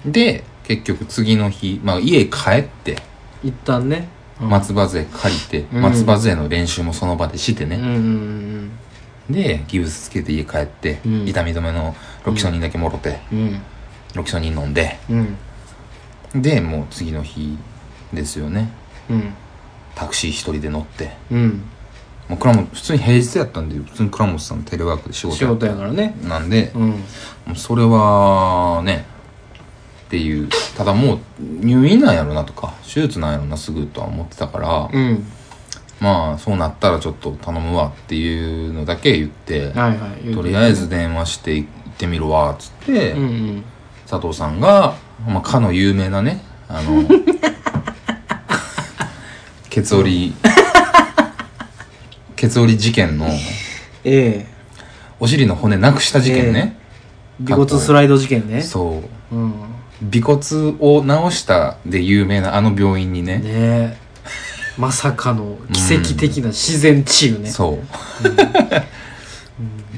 で結局次の日、家帰って一旦ね、 松葉杖借りて、松葉杖の練習もその場でしてね、でギブスつけて家帰って、痛み止めのロキソニンだけもろて、ロキソニン飲んで、でもう次の日ですよね、タクシー一人で乗って、もう普通に平日やったんで、普通に倉本さんテレワークで仕事やからね、 なんで、もうそれはねっていう、ただもう入院なんやろなとか手術なんやろなすぐとは思ってたから、まあそうなったらちょっと頼むわっていうのだけ言って、とりあえず電話して行ってみるわっつって、佐藤さんが、かの有名なねケツ折り事件の、お尻の骨なくした事件ね、 尾骨スライド事件ね。 そう、尾骨を治したで有名なあの病院にね、 まさかの奇跡的な自然治癒ね、 そう、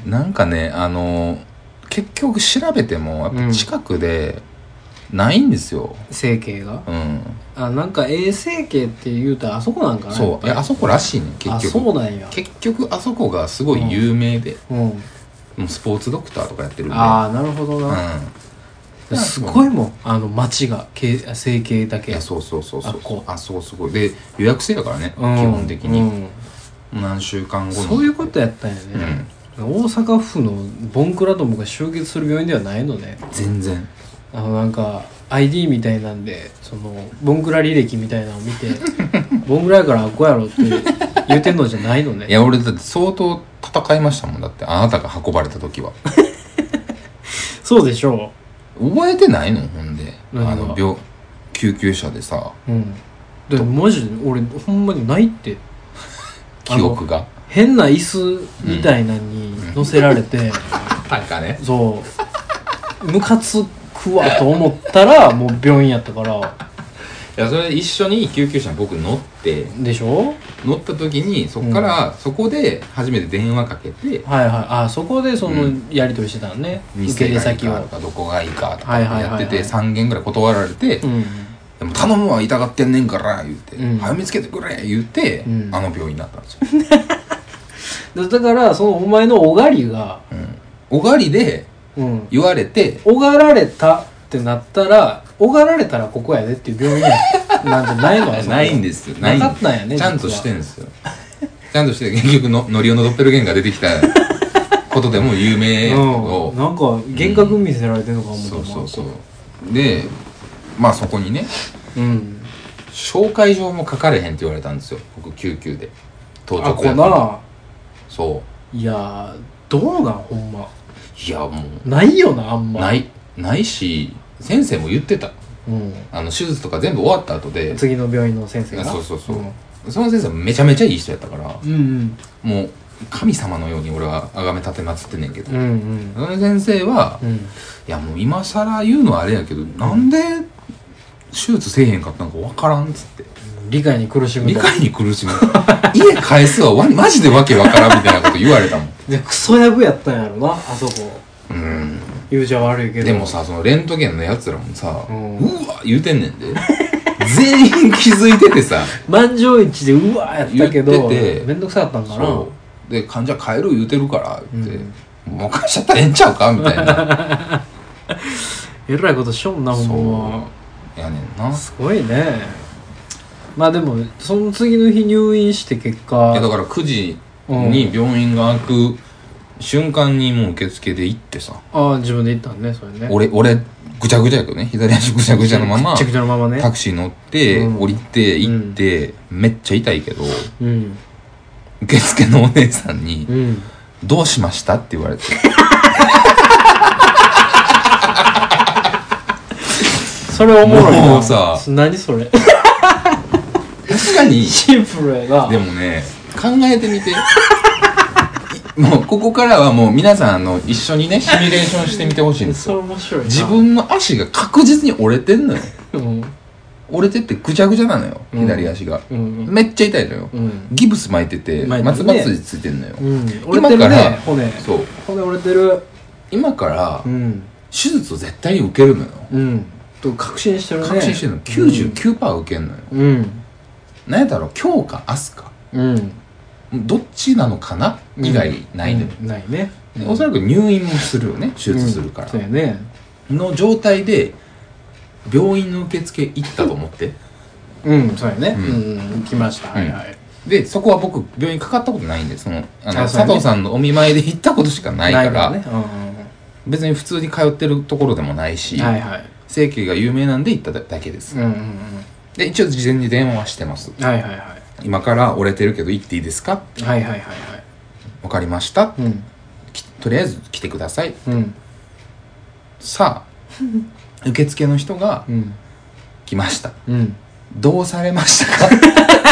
なんかね結局調べてもやっぱ近くでないんですよ、 整形が。なんか整形って言うたらあそこなんかな。 そうあそこらしいね結局。 そうなんや。 結局あそこがすごい有名で、もうスポーツドクターとかやってるんで。 なるほどな、すごいもん街が整形だけ。 そうあそこすごいで予約制だからね、基本的に、何週間後に。 そういうことやったんやね、大阪府のボンクラどもが集結する病院ではないのね。 全然なんか ID みたいなんでボンクラ履歴みたいなのを見てボンクラやからあっこやろって言うてんのじゃないのね。 いや俺だって相当戦いましたもん。だってあなたが運ばれた時はそうでしょう。覚えてないの？ほんで救急車でさ、 でマジで俺ほんまにないって記憶が変な椅子みたいなのに乗せられて、 なんかね、 そうムカつくわと思ったらもう病院やったから。 いやそれ一緒に救急車に僕乗ってでしょ。 乗った時にそっから、そこで初めて電話かけて、 そこでやり取りしてたのね、受け入れ先を。 どこがいいかとかやってて、3軒ぐらい断られて、でも頼むわ痛がってんねんから言って、早見つけてくれ言って、あの病院になったんですよだからお前のおがりが、 おがりで言われて、 おがられたってなったら、おがられたらここやでっていう病院なんじゃないの？ ないんですよ。 なかったんやね。 ちゃんとしてんですよ。ちゃんとして結局のりおのドッペルゲンガー出てきたことでも有名を、 なんか幻覚見せられてるのか思った。 そうでそこにね、紹介状も書かれへんって言われたんですよ、僕救急で当直やったら。そういやどうなんほんま。 いやもうないよな、あんまないし、先生も言ってた、手術とか全部終わった後で、 次の病院の先生が。 そうその先生もめちゃめちゃいい人やったから、もう神様のように俺は崇め立てまつってんねんけど、その先生は、いやもう今更言うのはあれやけど、なんで手術せえへんかったのか分からんっつって、 理解に苦しむ家返すわマジでわけわからんみたいなこと言われたもん。 でクソヤブやったんやろな、あそこ。言うじゃ悪いけど。 でもさ、レントゲンのやつらもさ、うわ言うてんねんで全員気づいててさ満場一致でうわやったけど言ってて、 めんどくさかったんかな。 そうで、患者帰る言うてるからって、もう返しちゃったらええんちゃうかみたいなえらいことしよんな、ほんま。 やねんな。 すごいね。でもその次の日入院して結果、 だから9時に病院が開く瞬間にもう受付で行ってさ、 自分で行ったんね、それね。 俺ぐちゃぐちゃやけどね、左足ぐちゃぐちゃのままぐちゃぐちゃのままね、 タクシー乗って、降りて行って、めっちゃ痛いけど、受付のお姉さんに、どうしましたって言われてそれおもろいな。 もうさ、 何それ確かにシンプルやな。 でもね、考えてみてもうここからはもう皆さん一緒にねシミュレーションしてみてほしいんですよ。 それ面白いな。 自分の足が確実に折れてんのよ、折れてってぐちゃぐちゃなのよ、左足が、めっちゃ痛いのよ、ギブス巻いてて松葉杖ついてんのよ、 折れてるね、骨折れてる。 今から手術を絶対に受けるのよ、 と確信してるね。 確信してるの 99% 受けんのよ、 うん、 なんやったら今日か明日か、うん、どっちなのかな以外ないのよ、 うん、ないね、 おそらく入院もするよね、手術するから、 そうやねの状態で病院の受付行ったと思って、 そうやね、来ました、はいはい。 でそこは僕病院かかったことないんで、佐藤さんのお見舞いで行ったことしかないから、別に普通に通ってるところでもないし、整形が有名なんで行っただけです、で一応事前に電話はしてます、今から折れてるけど行っていいですか、わかりました、とりあえず来てください、さあ受付の人が来ました、どうされましたか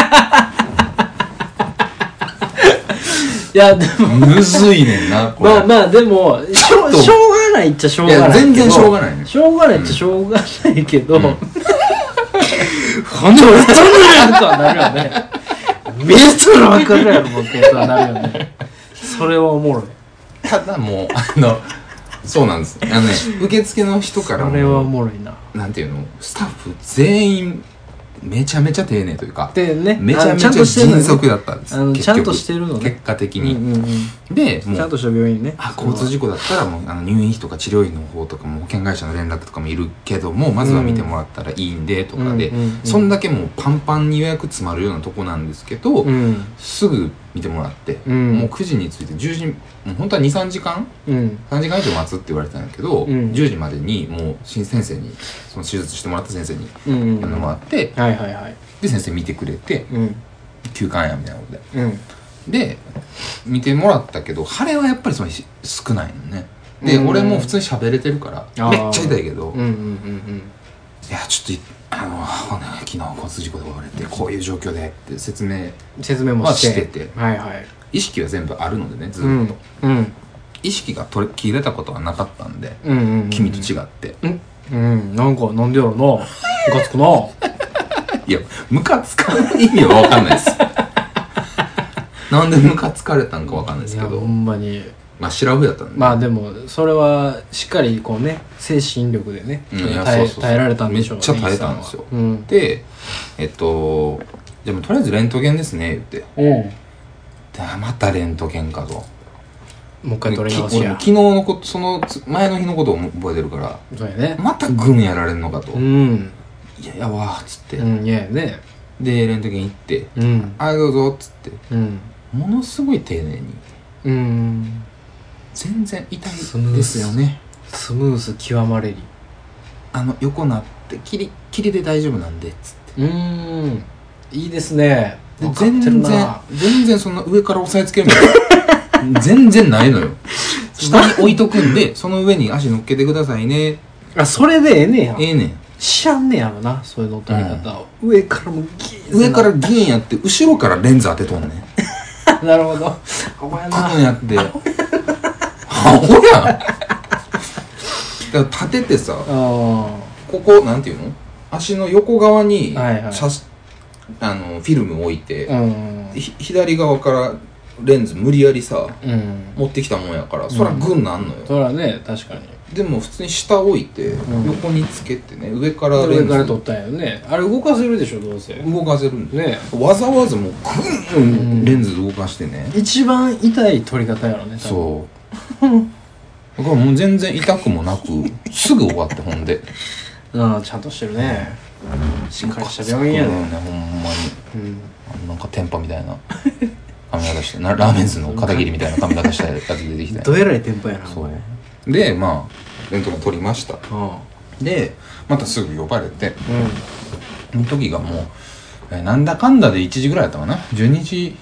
いやでもむずいねんなこれ。 まあでもしょうがないっちゃしょうがないけど、 全然しょうがないね。 しょうがないっちゃしょうがないけど、ほんで俺とるやんとはなるよね。見えたら分かるやろボケとはなるよね。それはおもろい。 ただもうそうなんです。受付の人からもそれはおもろいな。 なんていうの、スタッフ全員めちゃめちゃ丁寧というか、 でね、 めちゃめちゃ迅速だったんです。 ちゃんとしてるのね。 結果的に。で、もうちゃんとした病院ね。 交通事故だったらもう入院費とか治療費の方とかも保険会社の連絡とかもいるけども、まずは見てもらったらいいんでとかで、そんだけもうパンパンに予約詰まるようなとこなんですけど、すぐ見てもらって、もう9時に着いて10時、もう本当は 2,3 時間、3時間以上待つって言われてたんだけど、10時までにもう新先生に、その手術してもらった先生にやってもらって、で先生見てくれて、休館やみたいなことで、で見てもらったけど腫れはやっぱりその少ないのね。で、俺も普通に喋れてるからめっちゃ痛いけど、いやちょっと昨日交通事故で追われてこういう状況でって説明もしてて、意識は全部あるのでね、ずっと、意識が切れたことはなかったんで、君と違って、 なんでやろな、ムカつくな。 いやムカつかない意味は分かんないですなんでムカつかれたんか分かんないですけど、 ほんまにまあシラフやったんで、 まあでもそれはしっかりこうね、精神力でね、耐えられたんでしょうね。 めっちゃ耐えたんですよ、ででもとりあえずレントゲンですね言って、またレントゲンかと、 もう一回取り直しや。 昨日のこと、その前の日のことを覚えてるから、 そうやね、 また軍やられんのかと、いやわーっつって、 いやね、 でレントゲン行って、はいどうぞっつって、ものすごい丁寧に、全然痛いですよね、 スムース極まれり、 横なってキリで大丈夫なんでっつって、 いいですね。 で全然そんな上から押さえつけるみたい全然ないのよ。下に置いとくんでその上に足乗っけてくださいね。 それでええねや。 ええねん。 知らんねやろな、そういうの取り方を、上からも上からギーンやって後ろからレンズ当てとんねんなるほど、お前なやってアホやんだから立ててさ、ここなんていうの、足の横側にフィルム置いて、左側からレンズ無理やりさ、持ってきたもんやから、そらグンなんのよ。 そらね、確かに。 でも普通に下置いて、横につけてね、上からレンズ撮ったんやよね。あれ動かせるでしょ、どうせ。 動かせるんでね、わざわざもうグンレンズ動かしてね、 一番痛い撮り方やろね。 そうだからもう全然痛くもなくすぐ終わって、ほんでちゃんとしてるね、しっかりした病院やね、 ほんまに、なんかテンパみたいな髪型してラーメンズの片桐みたいな髪型したやつ出てきたどえらいテンパやな。 そうで、まあレントゲン取りました、でまたすぐ呼ばれて、その時がもうなんだかんだで1時ぐらいだったかな、12時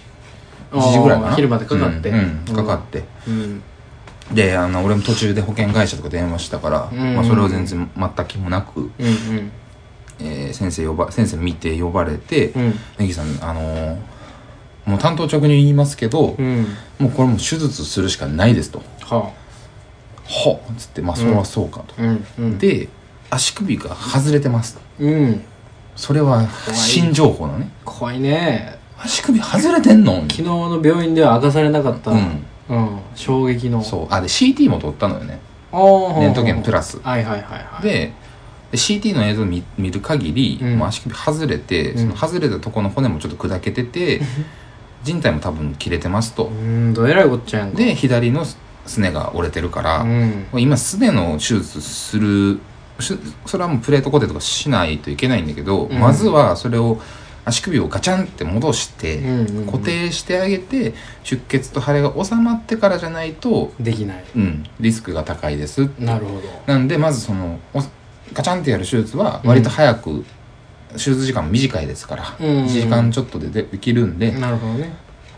1時ぐらいかな、 昼までかかって、 かかって、で俺も途中で保険会社とか電話したから、まあ、それは全然全く気もなく、先生見て呼ばれて、ネギさんもう担当直入に言いますけど、もうこれもう手術するしかないですと、っつって、まあそれはそうかと、で足首が外れてますと、それは新情報だね。 怖いね。 足首外れてんの。 昨日の病院では明かされなかった、衝撃の。 そうで CT も取ったのよね、レントゲンプラス。でで CT の映像を見る限り、もう足首外れて、その外れたとこの骨もちょっと砕けてて、靭帯も多分切れてますと。 どえらいこっちゃやんか。 で左のすねが折れてるから、今すねの手術する、それはもうプレート固定とかしないといけないんだけど、まずはそれを足首をガチャンって戻して固定してあげて、出血と腫れが収まってからじゃないとできない、 リスクが高いですって。 なるほど。 なんでまずそのガチャンってやる手術は割と早く、手術時間も短いですから、1時間ちょっとでできるんで、 なるほどね、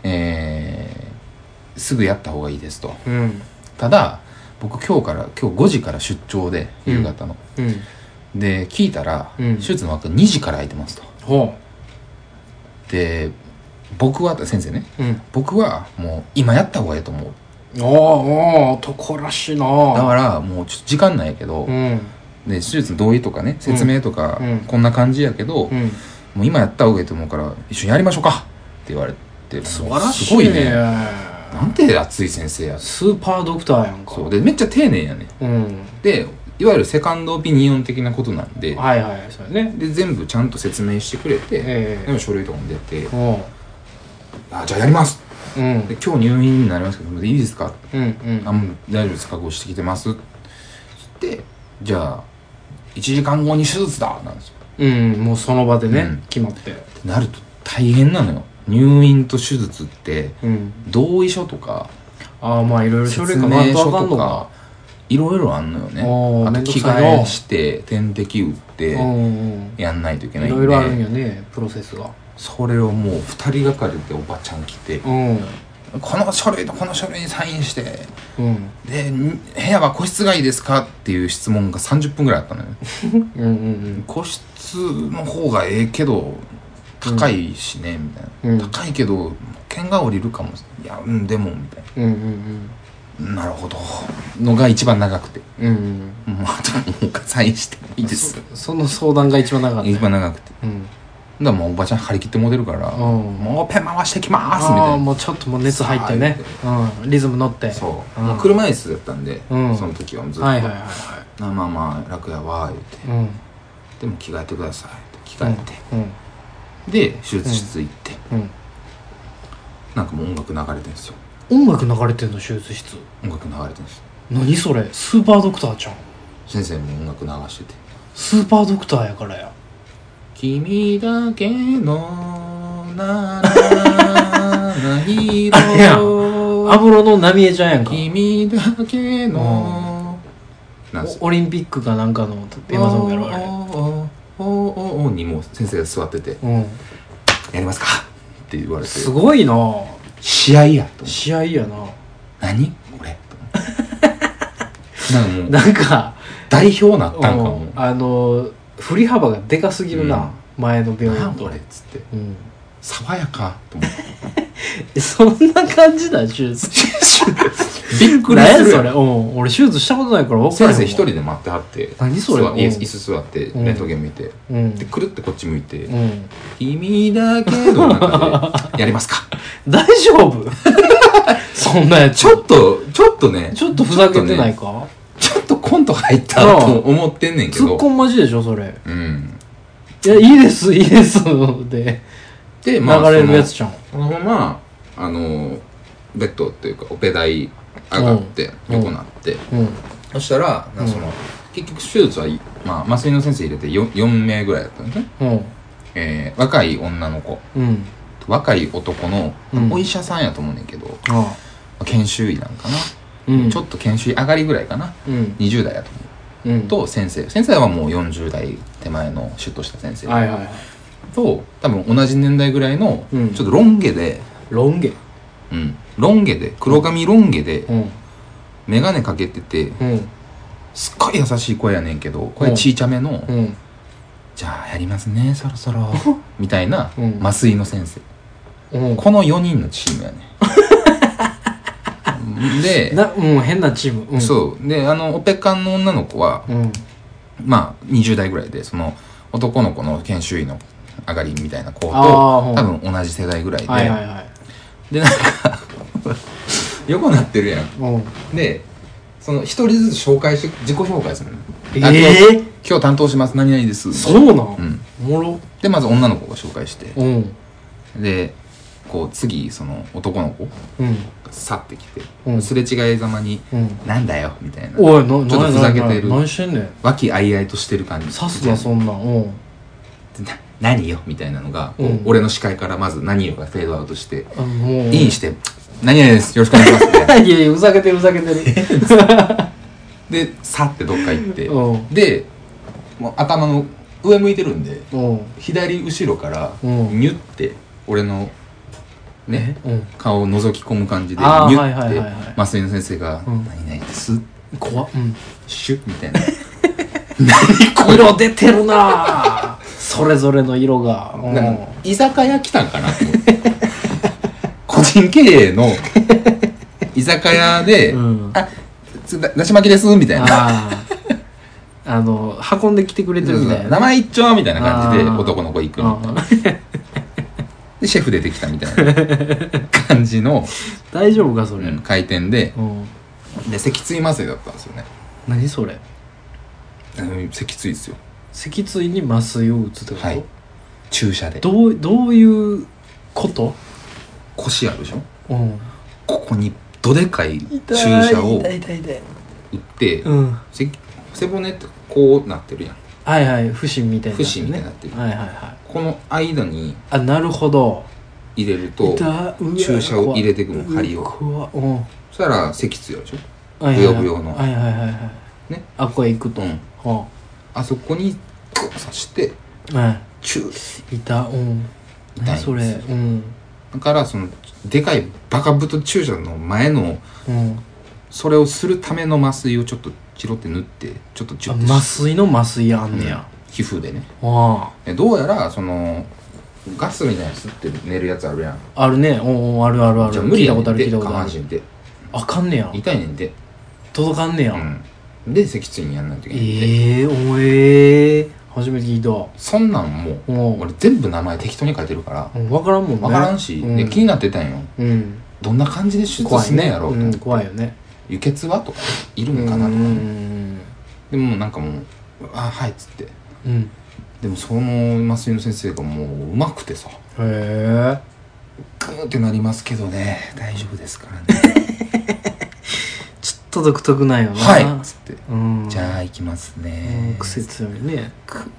すぐやった方がいいですと。ただ僕今日5時から出張で、夕方の、で聞いたら、手術の枠2時から空いてますと。で僕は先生ね、僕はもう今やった方がいいと思う。 男らしいな。 だからもうちょっと時間ないけど、で手術の同意とかね、説明とか、こんな感じやけど、もう今やった方がいいと思うから一緒にやりましょうかって言われて、 素晴らしい。 すごいね、なんて熱い先生や。 スーパードクターやんか。 そうでめっちゃ丁寧やね、でいわゆるセカンドオピニオン的なことなんで、 そうね。 で全部ちゃんと説明してくれて、でも書類とかも出て、じゃあやります、で今日入院になりますけどいいですか、もう大丈夫です、覚悟してきてますってじゃあ1時間後に手術だなんですよ。 もうその場でね、決まってなると大変なのよ。入院と手術って、同意書とか、 まあいろいろ書類書かんとあかんのか、 いろいろあんのよね。あと着替えして点滴打ってやんないといけないんで、 いろいろあるんよね、プロセスが。 それをもう2人がかりでおばちゃん来て、この書類とこの書類にサインして、で部屋は個室がいいですかっていう質問が30分ぐらいあったのよ。個室の方がええけど高いしね、みたいな、高いけど保険が下りるかも、いやでもみたいな、なるほどのが一番長くて、もうあともうサインしてもいいです。 その相談が一番長かった。 一番長くて、だからもうおばちゃん張り切ってモデるから、もうペン回してきますみたいな、 もうちょっともう熱入ってね、リズム乗って、 そう、もう車椅子だったんで、その時はずっとまあまあ楽やわ言うて、でも着替えてくださいって着替えて、で手術室行って、なんかもう音楽流れてるんですよ。 音楽流れてんの？手術室音楽流れてるんです。 何それ、スーパードクターちゃん。 先生も音楽流してて、 スーパードクターやからや。 君だけのなら色アムロのナミエちゃんやんか。 君だけのオリンピックかなんかのテーマソングやろあれ。 おにも先生が座ってて、やりますかって言われて、 すごいな。 試合やと。 試合やな。 何これなんか代表なったんかも。 振り幅がでかすぎるな、前の病院と。 これっつって、爽やかと思ってそんな感じだ手術びっくりするそれ。俺手術したことないから分からない。先生一人で待ってはって、 何それ、 椅子座ってレントゲン見て、でくるってこっち向いて、君だけの中でやりますか大丈夫そんなやつちょっとね、 ちょっとふざけてないか。 ちょっとコント入ったと思ってんねんけど、 ツッコンマジでしょそれ。いや、いいですで流れるやつじゃん。 そのままベッドっていうかオペ台上がって横なって、そしたらその結局手術は麻酔の先生入れて 4名ぐらいだったんですね。若い女の子、若い男のお医者さんやと思うねんけど、研修医なんかな、ちょっと研修医上がりぐらいかな、20代やと思う、と先生はもう40代手前のシュッとした先生と、多分同じ年代ぐらいのちょっとロン毛で黒髪ロン毛で眼鏡かけてて、すっごい優しい声やねんけど、声ちいちゃめの、じゃあやりますねそろそろみたいな麻酔の先生、この4人のチームやねで変なチーム、 そうでオペカンの女の子は、まあ20代ぐらいで、その男の子の研修医の上がりみたいな子と多分同じ世代ぐらいで、でなんか横なってるやん、でその一人ずつ自己紹介するの。 今日担当します何々です。 そうなん、 おもろ。でまず女の子が紹介して、でこう次その男の子が去ってきて、すれ違いざまになんだよみたいな、ちょっとふざけてる、 何してんねん、 和気あいあいとしてる感じ、 さすがそんな何よみたいなのが、俺の視界からまず何よがフェードアウトして、インして何々ですよろしくお願いしますっていやいやふざけてるでさってどっか行ってでもう頭の上向いてるんで左後ろからニュって俺のね顔を覗き込む感じでニュって麻酔の先生が「何々です」 怖っシュッみたいな何これ色出てるなそれぞれの色が居酒屋来たんかなと思って個人経営の居酒屋で「あだし巻きです」みたいな運んできてくれてるみたいな名前一丁みたいな感じで男の子行くみたいなでシェフ出てきたみたいな感じの大丈夫かそれ、 開店で脊椎麻酔だったんですよね。 何それ？ 脊椎ですよ。 脊椎に麻酔を打つってこと？はい、 注射で。 どういうこと？ 腰あるでしょ、ここにどでかい注射を打って、背骨ってこうなってるやん。 はいはい、浮芯みたいな、 浮芯みたいになってる。 はいはいはい。 この間になるほど入れると注射を入れていくの、針を。そしたら脊椎あるでしょ。ブヨブヨの。 はいはいはいはい。ね。あっこへ行くと。 あそこに刺してチュー。 痛いんですよ。それ。 だからそのでかいバカブト注射の前のそれをするための麻酔をちょっとチロって塗ってちょっとチュッて麻酔の麻酔あんねや、 皮膚でね。どうやらそのガスみたいな吸って寝るやつあるやん。 あるね。あるあるある。 じゃあ無理やねんて下半身で。 あかんねや。 痛いねんて。 届かんねや。 で脊椎にやんないといけないんで。 初めて聞いた。 そんなんもう俺全部名前適当に書いてるから分からんもんね。 分からんし、気になってたんよ。どんな感じで手術すんねんやろうと。 怖いよね。 輸血はとかいるのかなとか、でもなんかもう「あはい」っつって、でもその麻酔の先生がもううまくてさ、グーってなりますけどね大丈夫ですからねちょっと独特なんよな。 はいっつって、じゃあ行きますね。 癖強いね。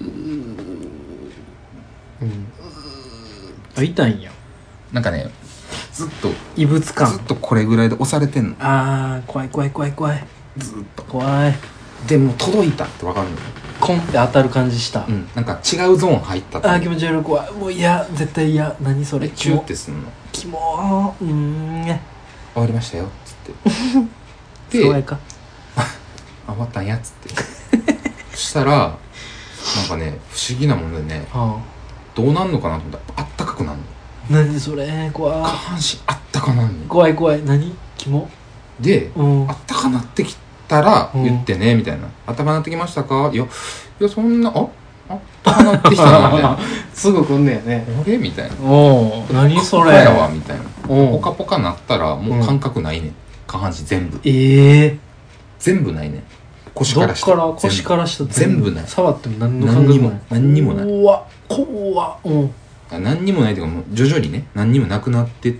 痛いんや。 なんかねずっと異物感ずっとこれぐらいで押されてんの。 怖いずっと怖い。 でも届いたって分かるのよ。 コンって当たる感じした。 なんか違うゾーン入ったって。 気持ち悪い。怖い。もう嫌、絶対嫌。何それ。 チューってすんの。 キモー。 終わりましたよっつって爽やか終わったんやっつってそしたらなんかね不思議なもんでね、どうなんのかなと思ったらあったかくなるの。 何それ怖い。 下半身あったかなんの。 怖い。何キモで、あったかなってきたら言ってねみたいな。あったかなってきましたか。いやそんなあったかなってきたなみたいなすぐ来んねやね。 あれみたいな。 何それ。 ポカやわみたいな。ポカポカなったらもう感覚ないね。下半身全部。全部ないね。腰から下。 腰から下全部ない。 触っても何の感覚もない。 何にもない。 怖っ。 何にもないというかもう徐々にね何にもなくなってって、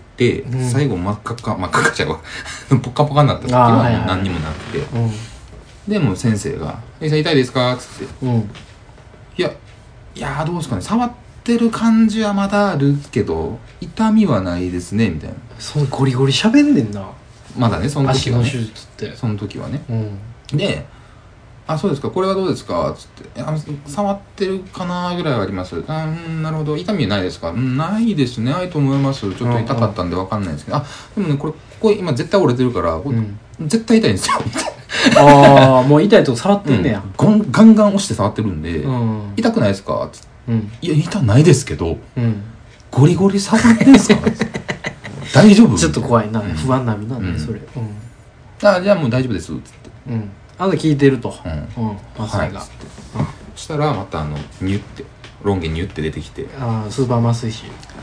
最後真っ赤かちゃうわポカポカになった時は何にもなくて、でもう先生が「痛いですか?」っつって「いやどうですかね触ってる感じはまだあるけど痛みはないですね」みたいな。 そのゴリゴリ喋んねんな。 まだねその時はね。 足の手術ってその時はね。で「あそうですかこれはどうですか?」っつって「触ってるかなぐらいはあります」「なるほど痛みないですか?」ないですねないと思いますちょっと痛かったんで分かんないですけどでもねここ今絶対折れてるから絶対痛いんですよもう痛いとこ触ってんねや。 ガンガン押して触ってるんで「痛くないですか?」っつって「いや痛ないですけどゴリゴリ触ってんすか?」大丈夫? ちょっと怖いな不安になるなそれ。 じゃあもう大丈夫ですっつって聞いてると。麻酔が。 そしたらまたニュってロン毛ニュって出てきてスーパー麻酔師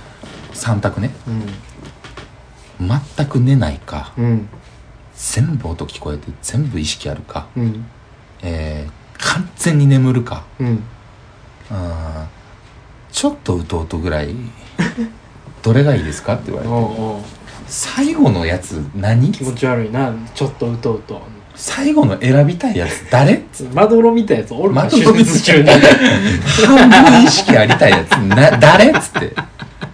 3択ね。全く寝ないか全部音聞こえて全部意識あるか完全に眠るか、 うんちょっとうとうとぐらいどれがいいですかって言われて、 おう最後のやつ何？ 気持ち悪いな、ちょっとうとうと。 最後の選びたいやつ誰？ まどろみたいなやつおるか、手まどろみ術中に。 半分意識ありたいやつ誰？っつってって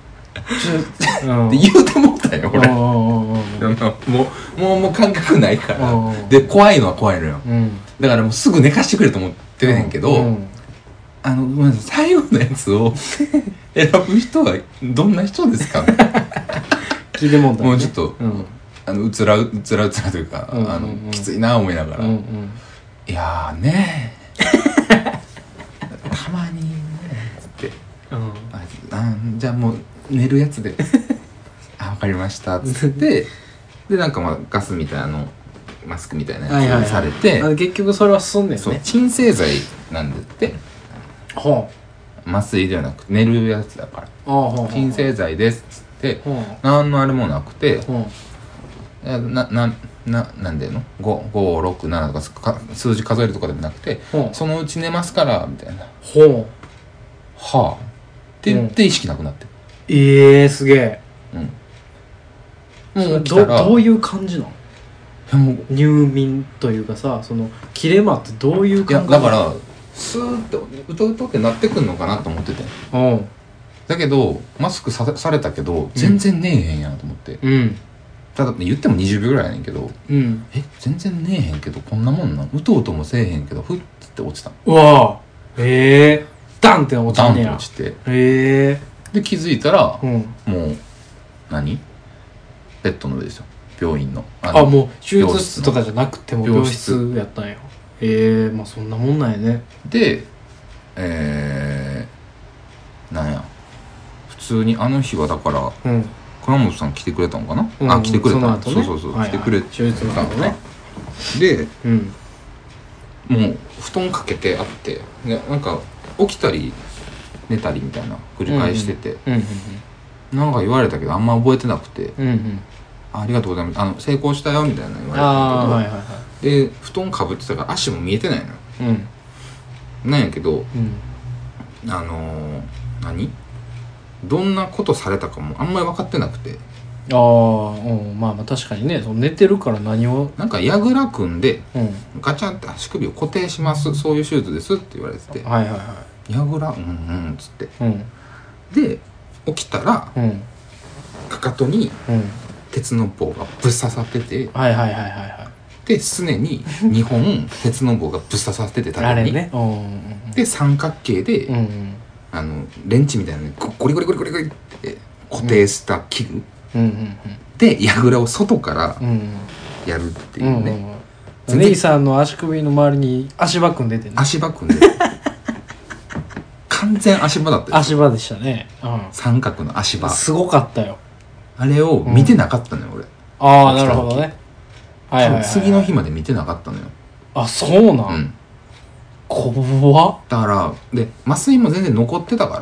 言うてもったよ俺。もう感覚ないからで、怖いのは怖いのよ、だからもうすぐ寝かしてくれと思ってるねんけど、ごめんなさい、最後のやつを選ぶ人はどんな人ですか？ 聞いてもんだね。 もうちょっと、うつらというか、きついな思いながら、いやーねたまにねつって、じゃあもう寝るやつで分かりましたっつってでなんかまあガスみたいなのマスクみたいなやつされて、 結局それは進んでるね。 そう鎮静剤なんだって。麻酔ではなくて寝るやつだから鎮静剤ですっつって何のあれもなくて、なんでの567とか数字数えるとかでもなくて、そのうち寝ますからみたいな、はあって言って意識なくなって、 すげえ。 もう来たらどういう感じなの？入眠というかさ、その切れ間ってどういう感じ？ だからスーッとうとうとってなってくんのかなと思ってて、だけどマスクされたけど全然ねえへんやんと思って、ただ言っても20秒ぐらいやねんけど、全然ねえへんけどこんなもんなん、うとうともせえへんけどふっつって落ちた。 うわダンって落ちんねや。 ダンって落ちて、で気づいたら、もうベッドの上ですよ、病院の。 もう手術室とかじゃなくても病室やったんや。まあそんなもんなんやね。 でなんや普通にあの日はだから、倉本さん来てくれたのかな、来てくれた、そう来てくれた手術の後ね。 で、もう布団かけてあって、なんか起きたり寝たりみたいな繰り返してて、なんか言われたけどあんま覚えてなくて、ありがとうございます、成功したよみたいな言われたけど、で布団かぶってたから足も見えてないのよ、なんやけど、どんなことされたかもあんまり分かってなくて、 まあ確かにね、その寝てるから何をなんか矢倉組んで、ガチャンって足首を固定します、そういう手術ですって言われてて、矢倉っつって、で起きたら、かかとに鉄の棒がぶっ刺さってて、で、すねに2本鉄の棒がぶっ刺さってて、 あれね。 で、三角形で、レンチみたいなのにゴリゴリゴリゴリゴリって固定した器具、で、矢倉を外からやるっていうね。 ネイさんの足首の周りに足場組んでてね。 足場組んで完全足場だったよ。 足場でしたね。 三角の足場。 すごかったよ。 あれを見てなかったのよ、 俺。なるほどね。 次の日まで見てなかったのよ。 そうなん。怖っ。 だからで麻酔も全然残ってたから、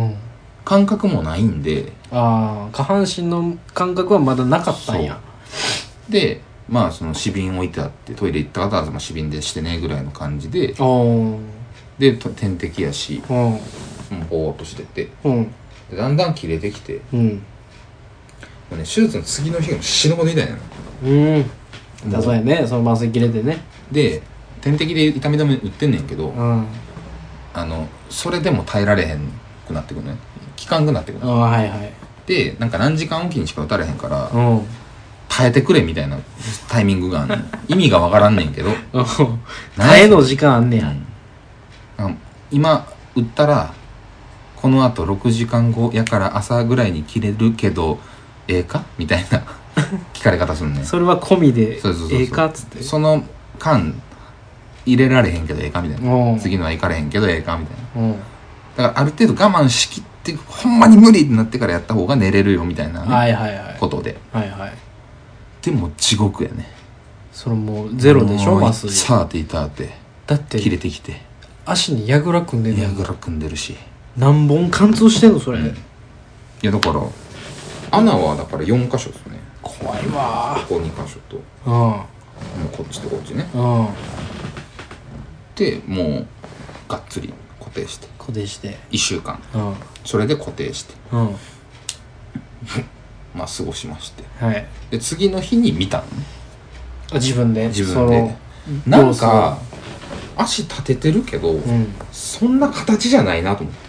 感覚もないんで、 下半身の感覚はまだなかったんや。 でまあその紙瓶置いてあって、トイレ行った方は紙瓶でしてねぐらいの感じで、で点滴やし、もうぼーっとしてて、でだんだん切れてきて、もうね手術の次の日が死ぬほど痛いの。 だそうやね、その麻酔切れてね。 で点滴で痛み止め打ってんねんけど、それでも耐えられへんくなってくるね、効かんくなってくる。でなんか何時間おきにしか打たれへんから、耐えてくれみたいなタイミングがあんねん。意味がわからんねんけど耐えの時間あんねや。 今打ったらこのあと6時間後やから朝ぐらいに切れるけどかみたいな聞かれ方するね。 それは込みでかっつって、 その間入れられへんけどかみたいな、次のは行かれへんけどかみたいな、だからある程度我慢しきってほんまに無理になってからやった方が寝れるよみたいな、ことで、でも地獄やね。 それもうゼロでしょ、麻酔。 さあっていたってだって切れてきて足に矢倉組んでんの。 矢倉組んでるし、 何本貫通してんのそれ。 いやだから穴はだから4箇所ですね。 怖いわ。 ここ2箇所と、もうこっちとこっちね。 でもうがっつり固定して1週間、それで固定して、まあ過ごしまして、で次の日に見たのね。 自分でなんか足立ててるけど、そんな形じゃないなと思って。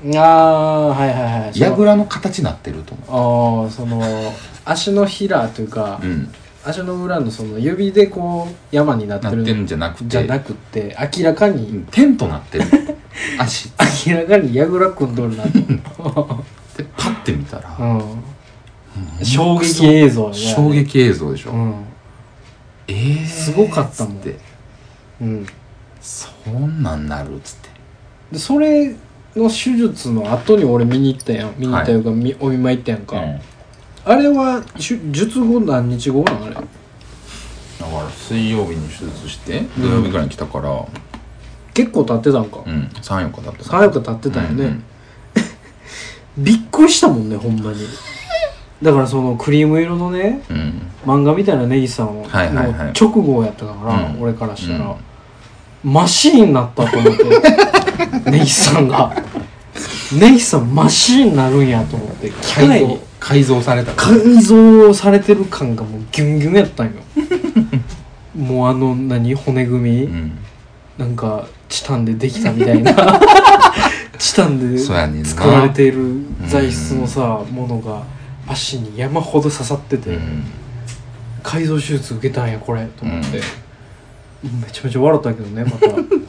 櫓の形になってると思う。足のひらというか、足の裏のその指でこう山になってるんじゃなくて明らかにテントなってる足明らかに櫓組んどるなとでパッて見たら、 衝撃映像ね。 衝撃映像でしょ、 すごかったもんって、そんなんなるっつって。 でそれの手術の後に俺見に行ったやん。見に行ったいうか、お見舞い行ったやんか、あれは術後何日後なのあれ。だから水曜日に手術して土曜日ぐらいに来たから、 結構経ってたんか。 3、4日経ってた。3、4日経ってたよね、びっくりしたもんねほんまに。だからそのクリーム色のね、漫画みたいな根岸さんの直後やったから、俺からしたら、マシーンになったと思って根岸さんが根岸さんマシーンになるんやと思って、 改造された、 改造されてる感がもうギュンギュンやったんよもう骨組み、なんかチタンでできたみたいなチタンで作られている材質のさ、ものが足に山ほど刺さってて、改造手術受けたんやこれと思って、めちゃめちゃ笑ったけどねまた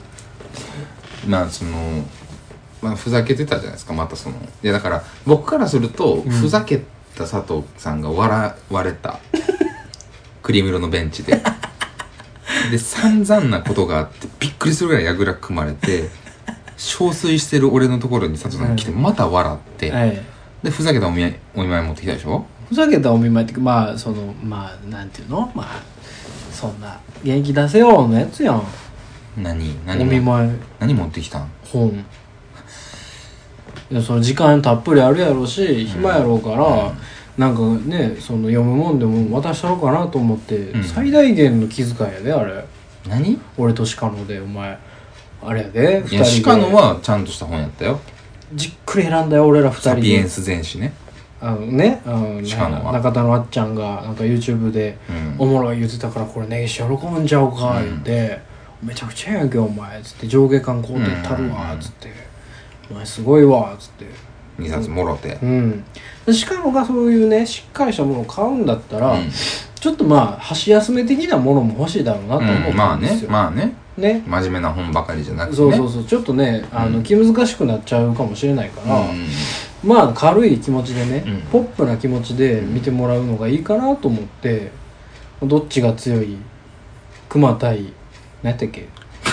まあふざけてたじゃないですか。またいやだから僕からすると、ふざけた佐藤さんが笑われたクリーム色のベンチでで散々なことがあってびっくりするぐらい櫓組まれて憔悴してる俺のところに佐藤さんが来てまた笑って、でふざけたお見舞い持ってきたでしょ。 ふざけたお見舞いってまあなんていうの、まあそんな元気出せよのやつやん。 何お見舞い何持ってきたん。 本。いやその時間たっぷりあるやろうし暇やろうから、なんかね読むもんでも渡したろうかなと思って、最大限の気遣いやであれ。 何？ 俺と鹿野でお前あれやで 2人で。いや鹿野はちゃんとした本やったよ。 じっくり選んだよ俺ら2人で。 サピエンス全史ね。 中田のあっちゃんがなんか YouTube でおもろい言ってたから、これ根岸喜んじゃおうか言って、めちゃくちゃやんけお前つって上下巻買うてったるわつって、お前すごいわつって 2冊もろて、 しかもがそういうねしっかりしたものを買うんだったら、ちょっとまあ箸休め的なものも欲しいだろうなと思うんですよ。 まあね真面目な本ばかりじゃなくてね。そうちょっとね気難しくなっちゃうかもしれないから、まあ軽い気持ちでね、ポップな気持ちで見てもらうのがいいかなと思って、どっちが強い熊対何やったっけ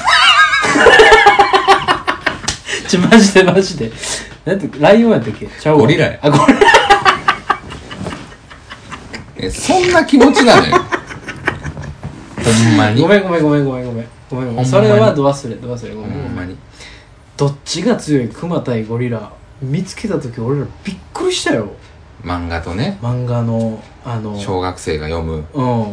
マジで何やったっけ、ライオンやったっけ、ちゃうわ、 ゴリラや。 ゴリラそんな気持ちなのよほんまに。 ごめんそれはど忘れごめん。 ほんまにどっちが強い熊対ゴリラ見つけた時俺らびっくりしたよ。 漫画とね、 漫画の小学生が読む、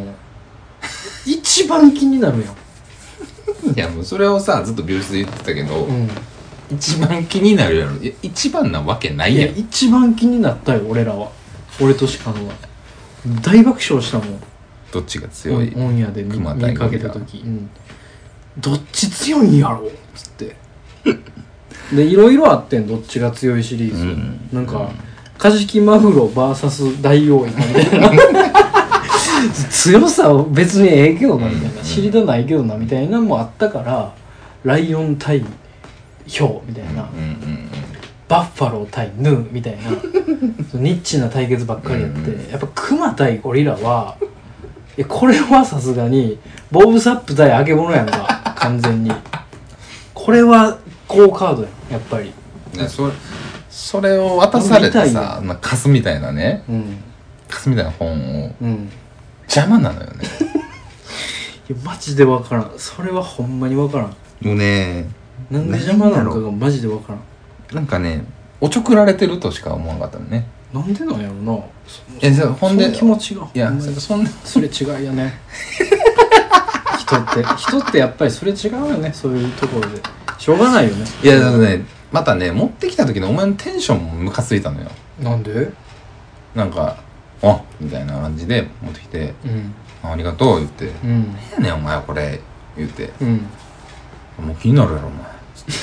一番気になるやんいやもうそれをさずっと病室で言ってたけど、一番気になるやろ。いや一番なわけないやん。 いや一番気になったよ俺らは。俺と鹿野は大爆笑したもん。 どっちが強い、 オンヤで見かけた時、どっち強いんやろっつってでいろいろあってん、どっちが強いシリーズ、なんかカジキマグロ VS ダイオウイカみたいな強さは別にええけどなみたいな、知りたないけどなみたいなのもあったから、ライオン対ヒョウみたいな、バッファロー対ヌーみたいなニッチな対決ばっかりやって、やっぱクマ対ゴリラはいやこれはさすがにボブサップ対あけぼのやんか完全に。これは好カードやんやっぱり。 それを渡されてさ、カスみたいなね、カスみたいな本を、邪魔なのよねいやマジで分からん、それはほんまに分からん。 もうね、 なんで邪魔なのかがマジで分からん。 なんかね、おちょくられてるとしか思わなかったのね。 なんでなんやろな。 ほんでその気持ちがいやそんなすれ違いやね人ってやっぱりそれ違うよね、そういうところでしょうがないよね。 いやだからね、またね持ってきた時のお前のテンションもムカついたのよ。 なんで？ なんかあみたいな感じで持ってきて、ありがとう言って、何やねんお前これ言って、もう気になるやろお前つって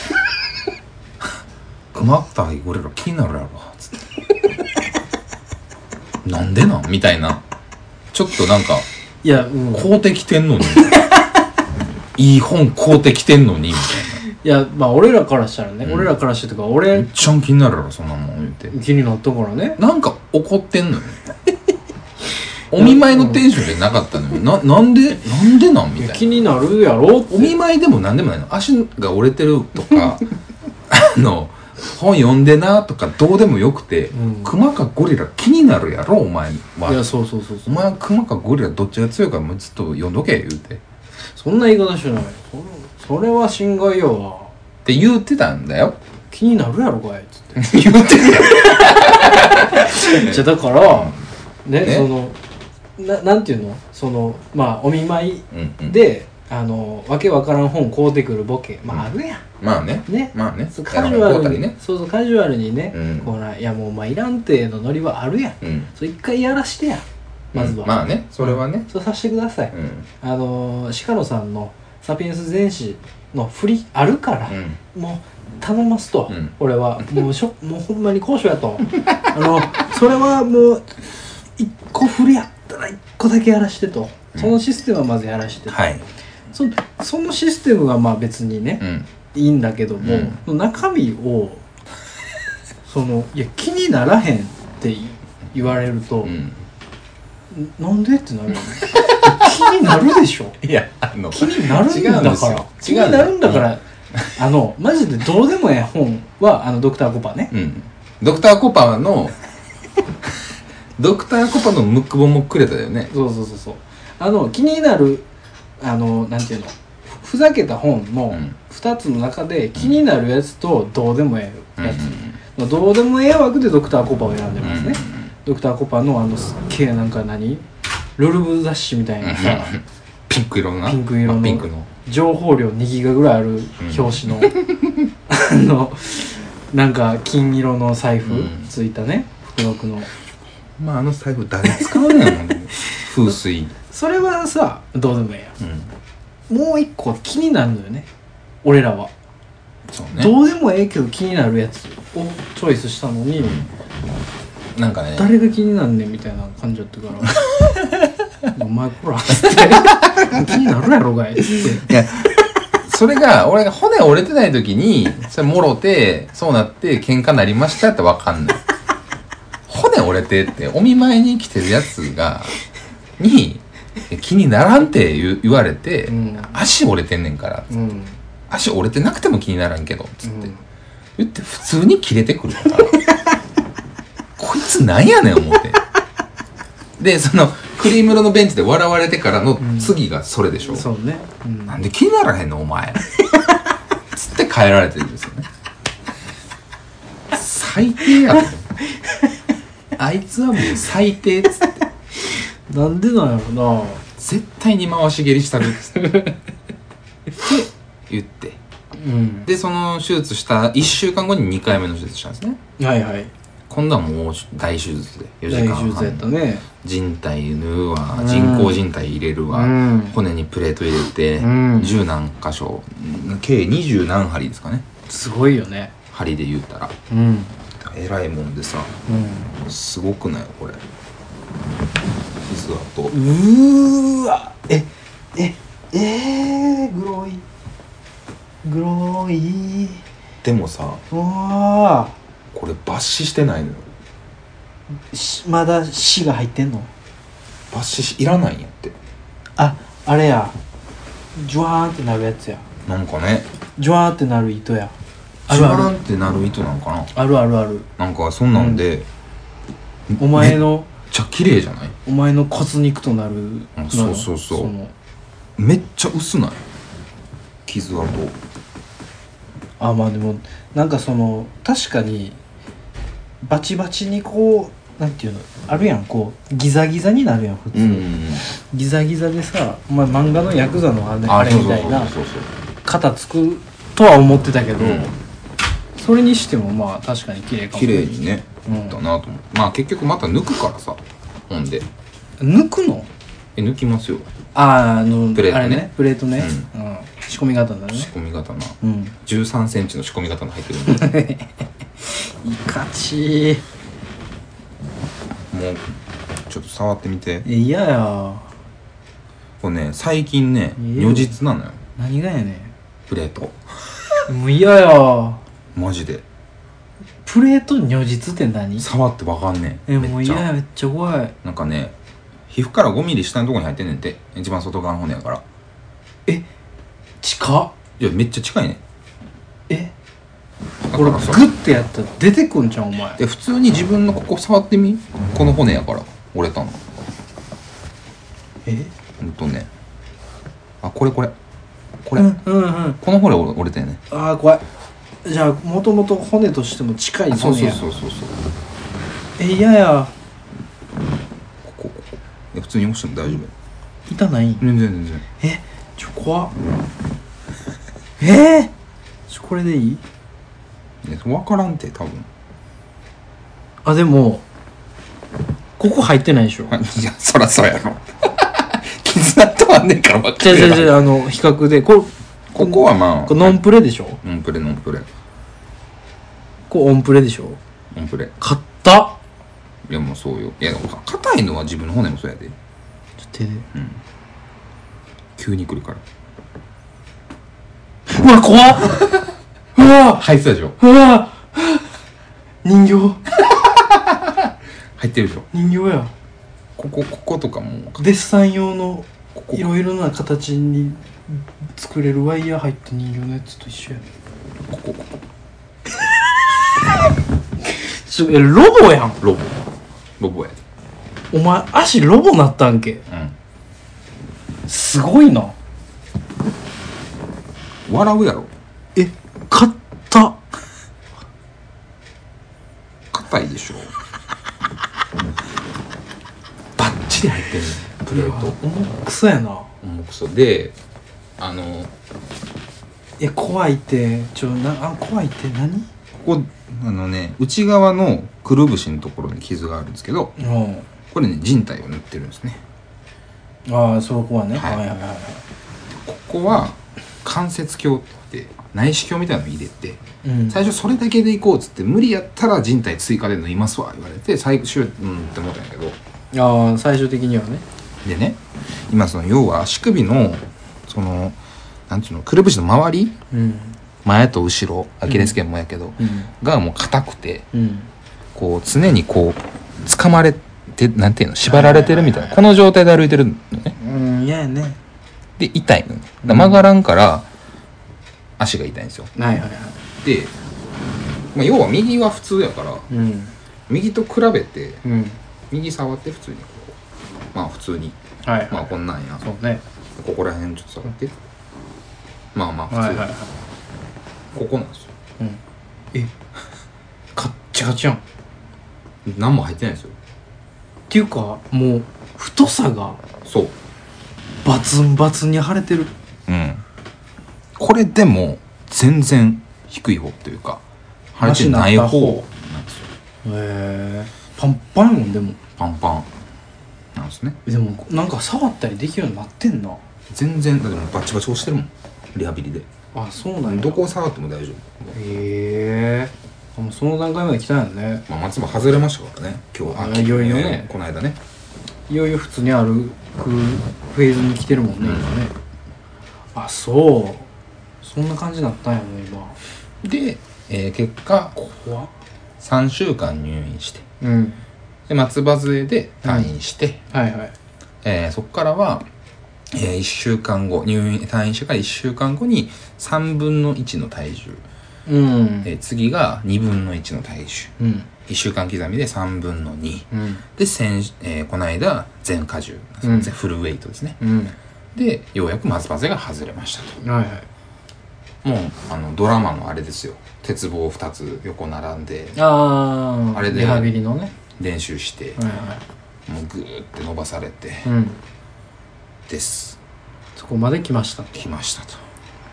熊田ゴリラ気になるやろつってなんでなんみたいな、ちょっとなんかいや、 買うてきてんのにいい本買うてきてんのにみたいな。 いやまあ俺らからしたらね、俺らからしてとかめ俺っちゃ気になるやろそんなもん言って気になったからね。 なんか怒ってんのよお見舞いのテンションじゃなかったのよ。なんでなんみたいな。 気になるやろって。 お見舞いでもなんでもないの。足が折れてるとか本読んでなとかどうでもよくて、熊かゴリラ気になるやろお前は。 いやそうお前は熊かゴリラどっちが強いかもうずっと読んどけ言うて、 そんな言い方してない。それは侵害よわって言ってたんだよ。 気になるやろかいっつって言ってるやんじゃだからね、そのなんていうの、そのまあお見舞いで、わけわからん本買うてくるボケ、まああるやん。 まあねまあね、 カジュアルにね、そうカジュアルにね、こうないやもうまあいらんてのノリはあるやん。それ一回やらしてや、まずは。 まあね、それはね、 そうさせてください。鹿野さんのサピエンス全史の振りあるから、もう頼ますと、俺はもうほんまに高所やとそれはもう一個振りやったら一個だけやらしてと、そのシステムはまずやらしてと、そのシステムはまあ別にね、いいんだけども、中身をいや気にならへんって言われると、なんでってなるよね気になるでしょ。 いや気になるんだから、気になるんだから、マジでどうでもええ本はドクターコパね、 ドクターコパのドクターコパのムック本もくれたよね。 そう気になるなんていうの、ふざけた本の2つの中で気になるやつとどうでもええやつ、どうでもええ枠でドクターコパを選んでますね。ドクターコパのすっげえなんかルルブ雑誌みたいなさピンク色の情報量2ギガぐらいある表紙のなんか金色の財布ついたね、福禄の。 まあ財布誰使うねん風水それはさどうでもええやん、もう一個気になるのよね俺らは。そうね、どうでもええけど気になるやつをチョイスしたのに、 なんかね誰が気になんねんみたいな感じだったからお前こらっつって気になるやろがいっつって。いやそれが俺が骨折れてない時にそれもろてそうなって喧嘩なりましたって分かんない骨折れてってお見舞いに来てるやつに気にならんって言われて、足折れてんねんからっつって、足折れてなくても気にならんけどっつって、言って普通に切れてくるからこいつなんやねん思ってでそのクリーム色のベンチで笑われてからの次がそれでしょ、 そうね、 なんで気にならへんのお前つって帰られてるんですよね。最低やとあいつはもう最低っつってなんでなんやろな、 絶対に回し蹴りしたるっつって言って、でその手術した1週間後に2回目の手術したんですね。今度はもう大手術で4時間半、 大手術やったね。 人体縫うわ、人工人体入れるわ、骨にプレート入れて、10何箇所計20何針ですかね。 すごいよね、 針で言ったら、えらいもんでさ、すごくないこれ傷跡。 うーわグロいでもさ、これ抜歯してないのよ。 まだ歯が入ってんの？ 抜歯いらないんやって。 あれや、ジュワーンってなるやつや。 なんかね、 ジュワーンってなる糸や。 ジュワーンってなる糸なんかな。 あるなんかそんなんで、 お前のめっちゃ綺麗じゃない？ お前の骨肉となる。 そうめっちゃ薄ない傷跡。 まあでもなんか確かにバチバチにこうなんていうのあるやん、こうギザギザになるやん普通、ギザギザでさ、お前漫画のヤクザのあれみたいな肩つくとは思ってたけど、それにしてもまあ確かに綺麗かも。 綺麗にねだなと思う。まあ結局また抜くからさ、ほんで抜くの？ 抜きますよ。 プレートね、 あれね、 プレートね、仕込み型だね。 仕込み型な、13センチの仕込み型の入ってるんでいかちもうちょっと触ってみて。 嫌や。 これね最近ね如実なのよ。 何がやねんプレートもう嫌や。 マジでプレート如実って何？ 触ってわかんねん。 もう嫌や、めっちゃ怖い。 なんかね皮膚から5ミリ下のところに入ってんねんて、一番外側の骨やから。 近っ。 いやめっちゃ近いね。 これグッてやったら出てくんじゃんお前。 で普通に自分のここ触ってみ、この骨やから折れたの。ねこれこの骨折れたよね。 怖い。じゃあもともと骨としても近い骨や。 そう嫌や。 こ普通に押しても大丈夫。 痛ない？ 全然怖っ。これでいい？ 分からんて多分。 でもここ入ってないでしょ。 いやそらそうやろ傷なってはんねんから分かるやろ。 比較でここはまあノンプレでしょ。 ノンプレオンプレでしょ。 オンプレ買った。 いやもうそうよ。いや硬いのは自分の骨もそうやで。 手で急に来るから。 うわ怖っうわ入ってたでしょ。 うわ人形入ってるでしょ。 人形や。 こことかもデッサン用のいろいろな形に作れるワイヤー入った人形のやつと一緒や。 ここロボやん。 ロボやで。 お前足ロボなったんけ。すごいな。 笑うやろ。 買った硬いでしょバッチリ入ってるねプレート。 重くそやな。 重くそで怖いって怖いって何？ ここ内側のくるぶしのところに傷があるんですけど、これね靭帯を塗ってるんですね。 そこはね。 ここは関節鏡って内視鏡みたいなの入れて、最初それだけでいこうっつって無理やったら靭帯追加で縫いますわ言われて最終って思ったんやけど、 最終的にはね。 でね今要は足首のなんていうのくるぶしの周り、前と後ろアキレス腱もやけど、がもう硬くて、こう常にこう掴まれてなんていうの縛られてるみたいなこの状態で歩いてるのね。 嫌やね。 で痛いの曲がらんから足が痛いんですよ。で、要は右は普通やから、右と比べて、右触って普通に普通に、こんなんや。 そうね。 ここら辺ちょっと触って。普通。ここなんですよ。 カッチカチやん。 何も入ってないですよ。 っていうかもう太さがそうバツンバツンに腫れてる。 これでも全然低い方っていうか腫れてない方なんですよ。 パンパンもん。でもパンパンなんですね。 でもなんか触ったりできるようになってんな。 全然だってもうバチバチ押してるもんリハビリで。 そうなんや。 どこを触っても大丈夫。 もうその段階まで来たんやね。 松も外れましたからね今日。 いよいよね。 この間ねいよいよ普通に歩くフェーズに来てるもんね、今ね。そんな感じになったんやね今で、結果3週間入院して、で松葉杖で退院して、そこからは、1週間後退院してから1週間後に3分の1の体重、次が2分の1の体重、1週間刻みで3分の2、でこの間全荷重、フルウェイトですね、でようやく松葉杖が外れましたと。もうドラマのあれですよ。鉄棒2つ横並んであれでリハビリのね練習して、 はいはい、 もうグーって伸ばされて、です。 そこまで来ましたと。 来ましたと。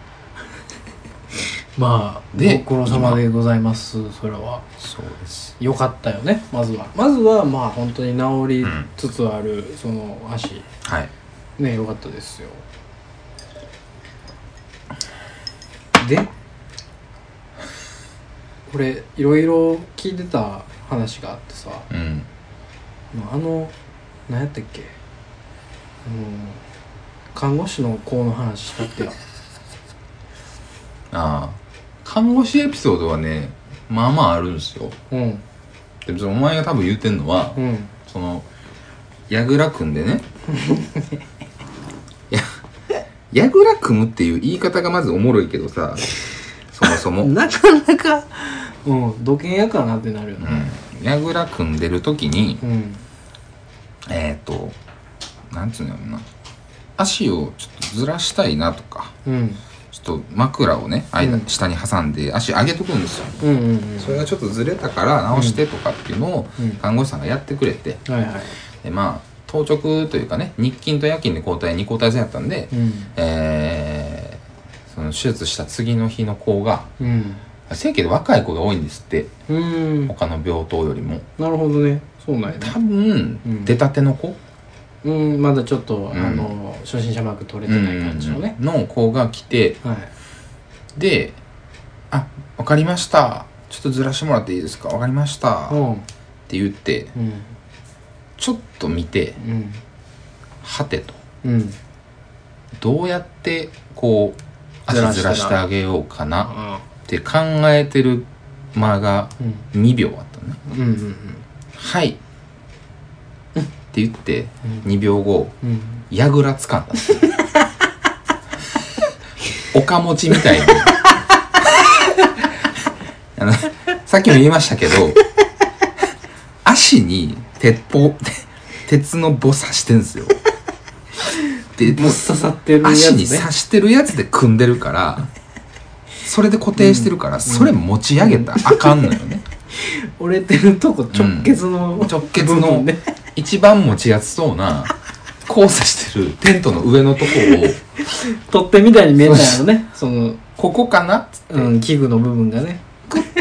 まあご苦労様でございます。それはそうです。 よかったよね。まずはまあ本当に治りつつある、その足、 はいね、よかったですよ。でこれいろいろ聞いてた話があってさ、何やったっけ、看護師の子の話したってよ。 ああ、看護師エピソードはね、まあまああるんですよ。でもお前が多分言うてんのは、そのやぐら組んでねやぐら組むっていう言い方がまずおもろいけどさ、そもそもなかなか土建屋かなってなるよね。 やぐら組んでる時に、なんつうのやろな、足をちょっとずらしたいなとか、ちょっと枕をね下に挟んで足上げとくんですよ。それがちょっとずれたから直してとかっていうのを看護師さんがやってくれて、でまあ当直というかね、日勤と夜勤で2交代制やったんで、その手術した次の日の子が、正規で若い子が多いんですって、他の病棟よりも。 なるほどね。そうなんやね。 多分、出たての子、 まだちょっと、初心者マーク取れてない感じのね、 の子が来て、で「あ、分かりました、ちょっとずらしてもらっていいですか、分かりました」って言って、ちょっと見て、はてと、どうやってこう足ずらしてあげようかなって考えてる間が2秒あったね。はいって言って2秒後、やぐらつかんだおかもちみたいにさっきも言いましたけど、足に鉄の棒刺してんすよ。でぶっ刺さってるやつ、ね、 足に刺してるやつで組んでるから、それで固定してるから、それ持ち上げたらあかんのよね。 折れてるとこ直結の、 ね、一番持ちやすそうな交差してるテントの上のとこを取っ手みたいに見えたんやろね。そのここかなっつって、 器具の部分がねクン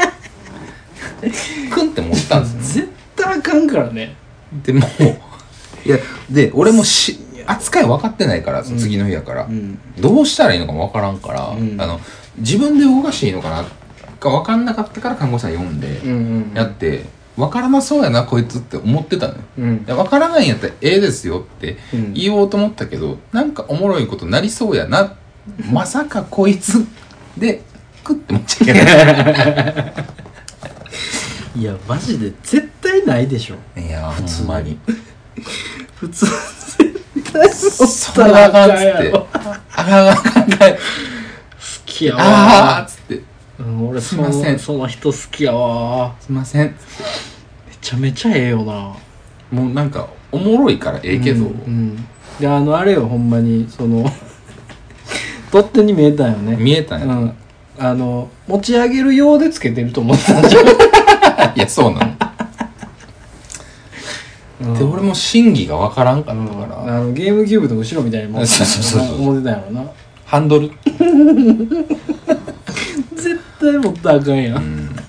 って持ったんですよ、 絶対あかんからね。 でもいやで俺も扱い分かってないから、その次の日やから、どうしたらいいのかも分からんから、自分で動かしていいのかなか分かんなかったから看護師さん呼んでやって、分からなそうやなこいつって思ってたのよ、分からないんやったらええですよって言おうと思ったけど、なんかおもろいことなりそうやな、まさかこいつでクッて持ち上げないいやマジで絶対ないでしょ。 いや普通に普通絶対それあかんっつってあかん好きやわあっつって、 俺その人好きやわ、 すいませんっつって、 めちゃめちゃええよな。 もうなんかおもろいからええけど、 であれよ、ほんまにその取っ手に見えたんよね。 見えたんや、 持ち上げる用でつけてると思ってたんじゃんいやそうなの、で俺も真偽が分からんかったから、 ゲームキューブの後ろみたいに思ってたんやろな、 ハンドル絶対持ったらあかんやん、で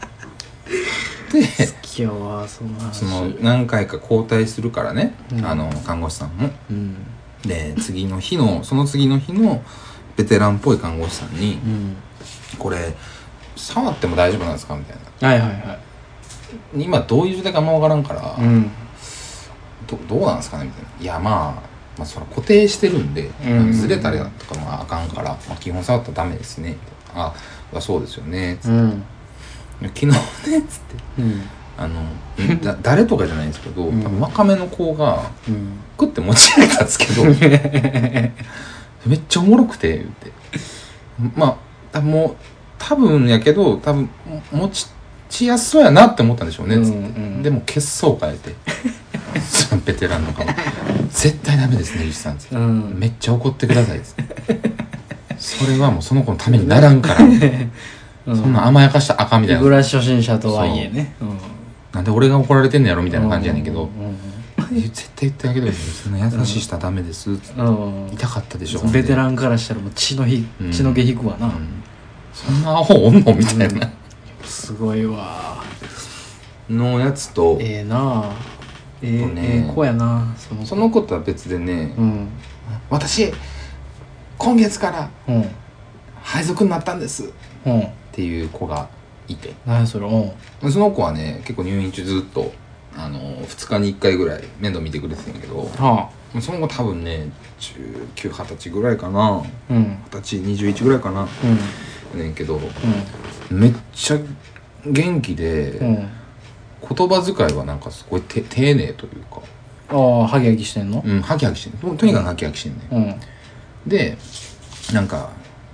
好きやわその話。 その何回か交代するからね、看護師さんも、でその次の日のベテランっぽい看護師さんに、これ触っても大丈夫なんですかみたいな、今どういう状態かあんま分からんから、どうなんですかねみたいな。いやまあそれ固定してるんで、ずれたりとかもあかんから、基本触ったらダメですねみたいな。あ、そうですよねつって、昨日ねつって、誰とかじゃないんですけど、多分若めの子がクッて持ち上げたんですけどめっちゃおもろくて言って、まあもう多分やけど多分持ちやすそうやなって思ったんでしょうねつって、でも血相変えてそのベテランの顔絶対ダメですねゆうじさんつって、めっちゃ怒ってくださいつってそれはもうその子のためにならんからそんな甘やかしたらあかんみたいな。 ブラシ初心者とはいえね、 なんで俺が怒られてんのやろみたいな感じやねんけど、絶対言ってあげてください、そんな優しいしたらダメです、痛かったでしょ、 ベテランからしたらもう血の毛引くわな、 そんなアホおんのみたいな、 すごいわのやつと、 なあ子やな、 その子とは別でね、私今月から配属になったんですっていう子がいて、 何それ、 その子はね結構入院中ずっと2日に1回ぐらい面倒見てくれてたんやけど、その子多分ね19、20歳ぐらいかな、20歳21ぐらいかな、ねんけど、めっちゃ元気で、言葉遣いはなんかすごい丁寧というか、 ハキハキしてんの？ ハキハキしてんねん、とにかくハキハキしてんね、でなんか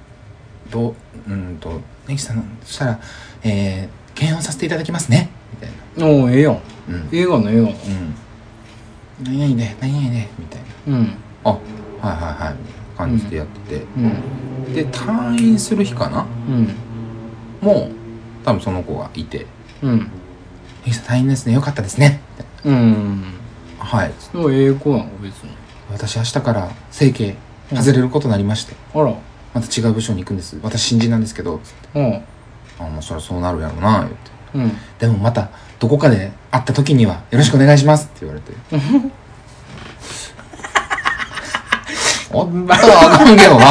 ネギさんそしたら検温させていただきますねみたいな、 ええやん、映画の何々で何々でみたいな、あはいはいはいみたいな感じでやってて、で退院する日かな、もう多分その子がいて、ネギさん退院ですね、よかったですねみたいな、はいもうええ子なの別に、 私明日から整形外れることになりまして、 あらまた違う部署に行くんです、私新人なんですけどつって、もうそりゃそうなるやろな言って、でもまたどこかで会った時にはよろしくお願いしますって言われておったらあかんけどな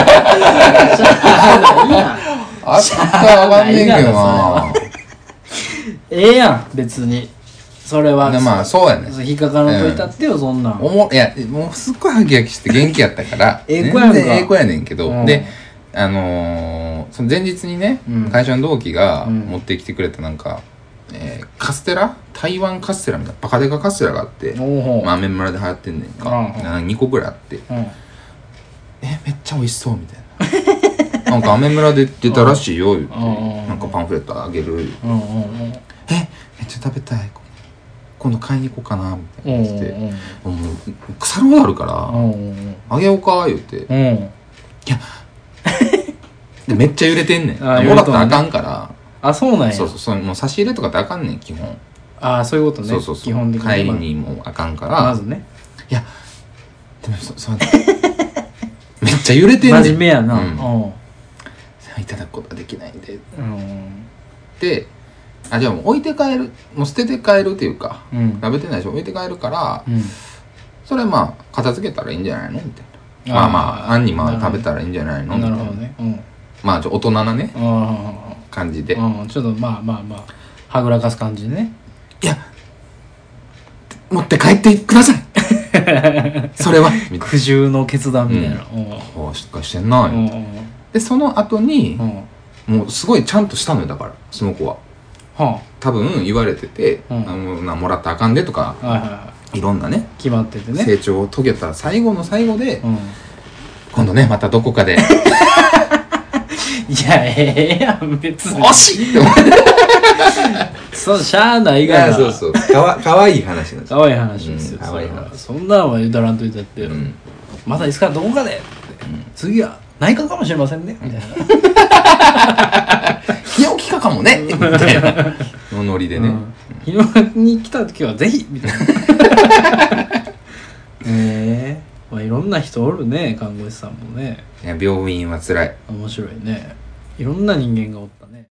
あったらあかんねんけどなええやん別にそれはまあそうやね、 引っかからんといたってよ、そんなんいやもうすっごいハキハキして元気やったからええ子やんか、 全然ええ子やねんけど、でその前日にね、会社の同期が持ってきてくれたなんか、カステラ、台湾カステラみたいなバカデカカステラがあって、アメ村で流行ってんねんか、2個ぐらいあって、めっちゃ美味しそうみたいななんかアメ村で出たらしいよ言って、なんかパンフレットあげる、めっちゃ食べたい、今度買いに行こうかなみたいな言って、もう腐るほどあるからあげようか言って、いやでめっちゃ揺れてんねん、もらったらあかんから、 そうなんや、 そうもう差し入れとかってあかんねん基本、 そういうことね、基本的に帰りにもあかんから、 まずね、 いやでもめっちゃ揺れてんねん、 真面目やな、 いただくことができないんで、でじゃあもう置いて帰る、もう捨てて帰るっていうか、食べてないし置いて帰るから、それまあ片付けたらいいんじゃないのみたいな、まああんに食べたらいいんじゃないのみたいな、なるほどね、まあ大人なね感じで、ちょっとまあはぐらかす感じでね、いや持って帰ってくださいそれは苦渋の決断みたいな、 しっかりしてんな、でその後に、もうすごいちゃんとしたのよ、だからその子は多分言われてて、もらったらあかんでとか、いろんなね決まっててね、 成長を遂げた最後の最後で、今度ねまたどこかでいややん別に惜しいって思ってそうしゃあないがな、 そうかわいい話なんですよ、 かわいい話ですよ、そんなんは言うたらんといたって、またいつかどこかで、次は内科かもしれませんねみたいな泌尿器科かもねみたいなのノリでね、 泌尿器に来た時はぜひみたいなまあいろんな人おるね、看護師さんもね、 いや病院は辛い、 面白いね、いろんな人間がおったね。